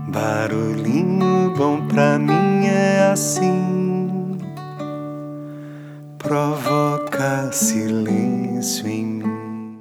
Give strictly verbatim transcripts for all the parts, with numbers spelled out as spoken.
Barulhinho bom pra mim é assim, provoca silêncio em mim.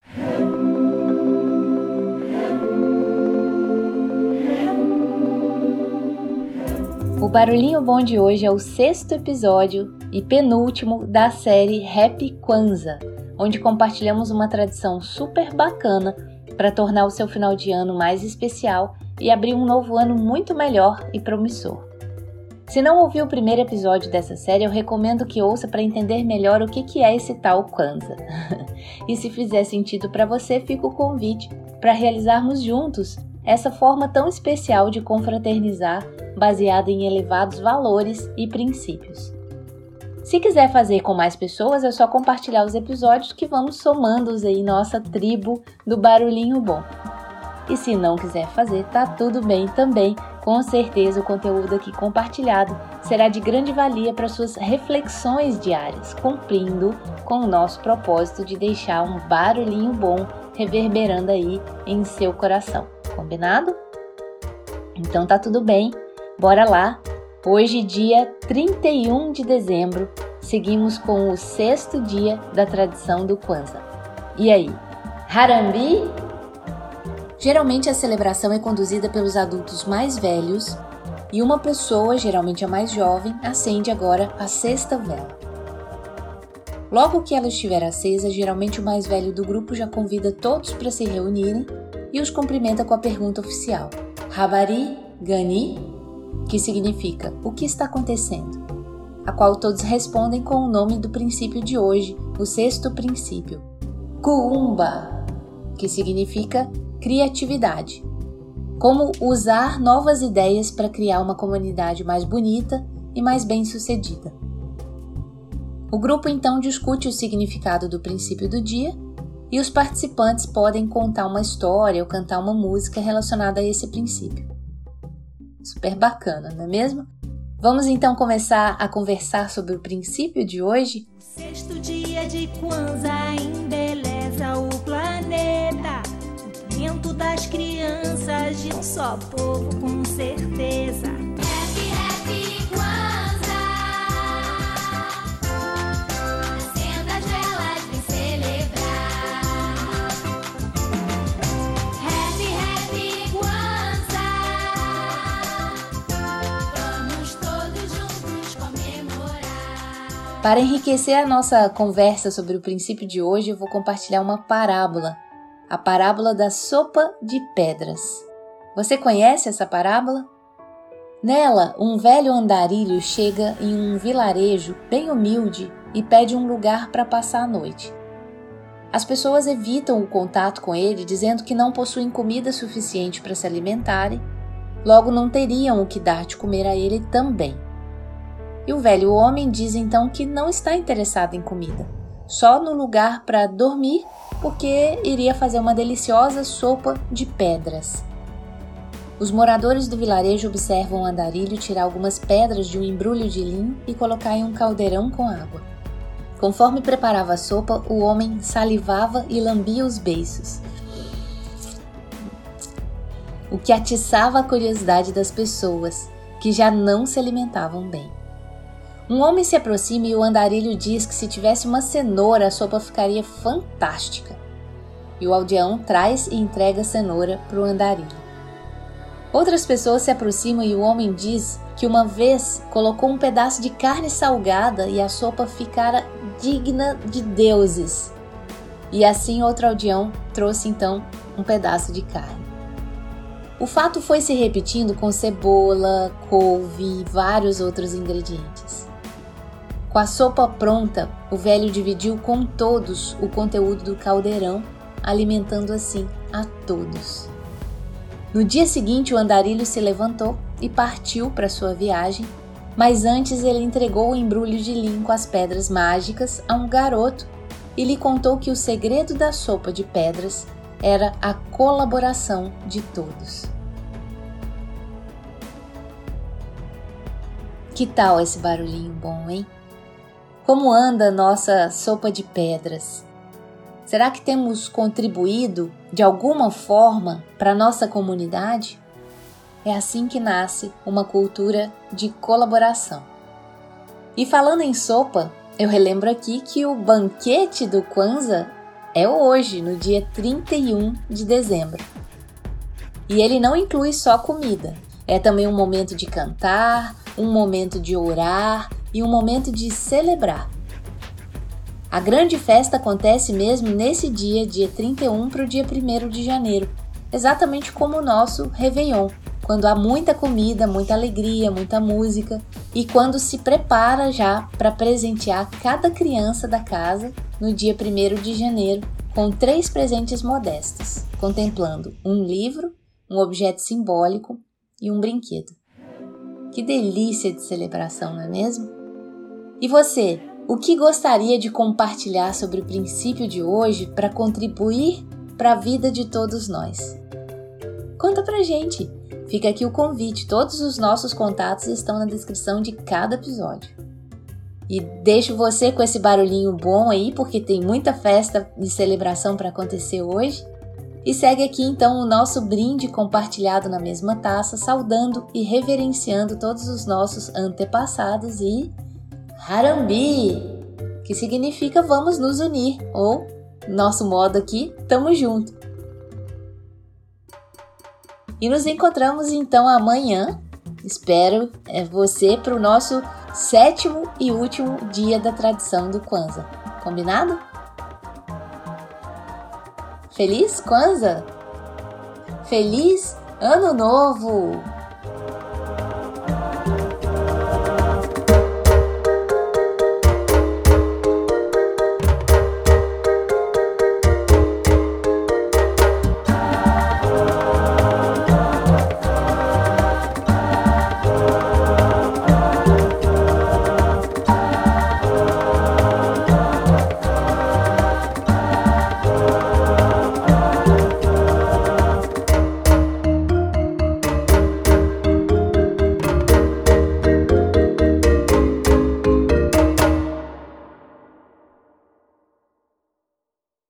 O Barulhinho Bom de hoje é o sexto episódio e penúltimo da série Happy Kwanzaa, onde compartilhamos uma tradição super bacana para tornar o seu final de ano mais especial e abrir um novo ano muito melhor e promissor. Se não ouviu o primeiro episódio dessa série, eu recomendo que ouça para entender melhor o que é esse tal Kwanzaa. E se fizer sentido para você, fica o convite para realizarmos juntos essa forma tão especial de confraternizar, baseada em elevados valores e princípios. Se quiser fazer com mais pessoas, é só compartilhar os episódios que vamos somando-os aí em nossa tribo do Barulhinho Bom. E se não quiser fazer, tá tudo bem também. Com certeza o conteúdo aqui compartilhado será de grande valia para suas reflexões diárias, cumprindo com o nosso propósito de deixar um barulhinho bom reverberando aí em seu coração. Combinado? Então tá tudo bem, bora lá! Hoje, dia trinta e um de dezembro, seguimos com o sexto dia da tradição do Kwanzaa. E aí, Harambe? Geralmente a celebração é conduzida pelos adultos mais velhos e uma pessoa, geralmente a mais jovem, acende agora a sexta vela. Logo que ela estiver acesa, geralmente o mais velho do grupo já convida todos para se reunirem e os cumprimenta com a pergunta oficial, Habari Gani, que significa o que está acontecendo, a qual todos respondem com o nome do princípio de hoje, o sexto princípio, Kuumba, que significa criatividade. Como usar novas ideias para criar uma comunidade mais bonita e mais bem-sucedida. O grupo então discute o significado do princípio do dia e os participantes podem contar uma história ou cantar uma música relacionada a esse princípio. Super bacana, não é mesmo? Vamos então começar a conversar sobre o princípio de hoje? O sexto dia de Kwanzaa embeleza o planeta. O momento das crianças de um só povo, com certeza. Happy, happy Kwanzaa. Acenda as velas, vem celebrar. Happy, happy Kwanzaa. Vamos todos juntos comemorar. Para enriquecer a nossa conversa sobre o princípio de hoje, eu vou compartilhar uma parábola. A parábola da sopa de pedras. Você conhece essa parábola? Nela, um velho andarilho chega em um vilarejo bem humilde e pede um lugar para passar a noite. As pessoas evitam o contato com ele, dizendo que não possuem comida suficiente para se alimentarem, logo não teriam o que dar de comer a ele também. E o velho homem diz então que não está interessado em comida, só no lugar para dormir, porque iria fazer uma deliciosa sopa de pedras. Os moradores do vilarejo observam o andarilho tirar algumas pedras de um embrulho de linho e colocar em um caldeirão com água. Conforme preparava a sopa, o homem salivava e lambia os beiços, o que atiçava a curiosidade das pessoas, que já não se alimentavam bem. Um homem se aproxima e o andarilho diz que se tivesse uma cenoura, a sopa ficaria fantástica. E o aldeão traz e entrega a cenoura para o andarilho. Outras pessoas se aproximam e o homem diz que uma vez colocou um pedaço de carne salgada e a sopa ficara digna de deuses. E assim outro aldeão trouxe então um pedaço de carne. O fato foi se repetindo com cebola, couve e vários outros ingredientes. Com a sopa pronta, o velho dividiu com todos o conteúdo do caldeirão, alimentando assim a todos. No dia seguinte, o andarilho se levantou e partiu para sua viagem, mas antes ele entregou o embrulho de linho com as pedras mágicas a um garoto e lhe contou que o segredo da sopa de pedras era a colaboração de todos. Que tal esse barulhinho bom, hein? Como anda a nossa sopa de pedras? Será que temos contribuído de alguma forma para a nossa comunidade? É assim que nasce uma cultura de colaboração. E falando em sopa, eu relembro aqui que o banquete do Kwanzaa é hoje, no dia trinta e um de dezembro. E ele não inclui só comida, é também um momento de cantar, um momento de orar e um momento de celebrar. A grande festa acontece mesmo nesse dia, dia trinta e um para o dia primeiro de janeiro, exatamente como o nosso Réveillon, quando há muita comida, muita alegria, muita música e quando se prepara já para presentear cada criança da casa no dia primeiro de janeiro com três presentes modestos, contemplando um livro, um objeto simbólico e um brinquedo. Que delícia de celebração, não é mesmo? E você, o que gostaria de compartilhar sobre o princípio de hoje para contribuir para a vida de todos nós? Conta pra gente! Fica aqui o convite, todos os nossos contatos estão na descrição de cada episódio. E deixo você com esse barulhinho bom aí, porque tem muita festa e celebração para acontecer hoje. E segue aqui então o nosso brinde compartilhado na mesma taça, saudando e reverenciando todos os nossos antepassados e Harambi, que significa vamos nos unir, ou nosso modo aqui, tamo junto. E nos encontramos então amanhã, espero é, você para o nosso sétimo e último dia da tradição do Kwanzaa. Combinado? Feliz Kwanzaa! Feliz Ano Novo!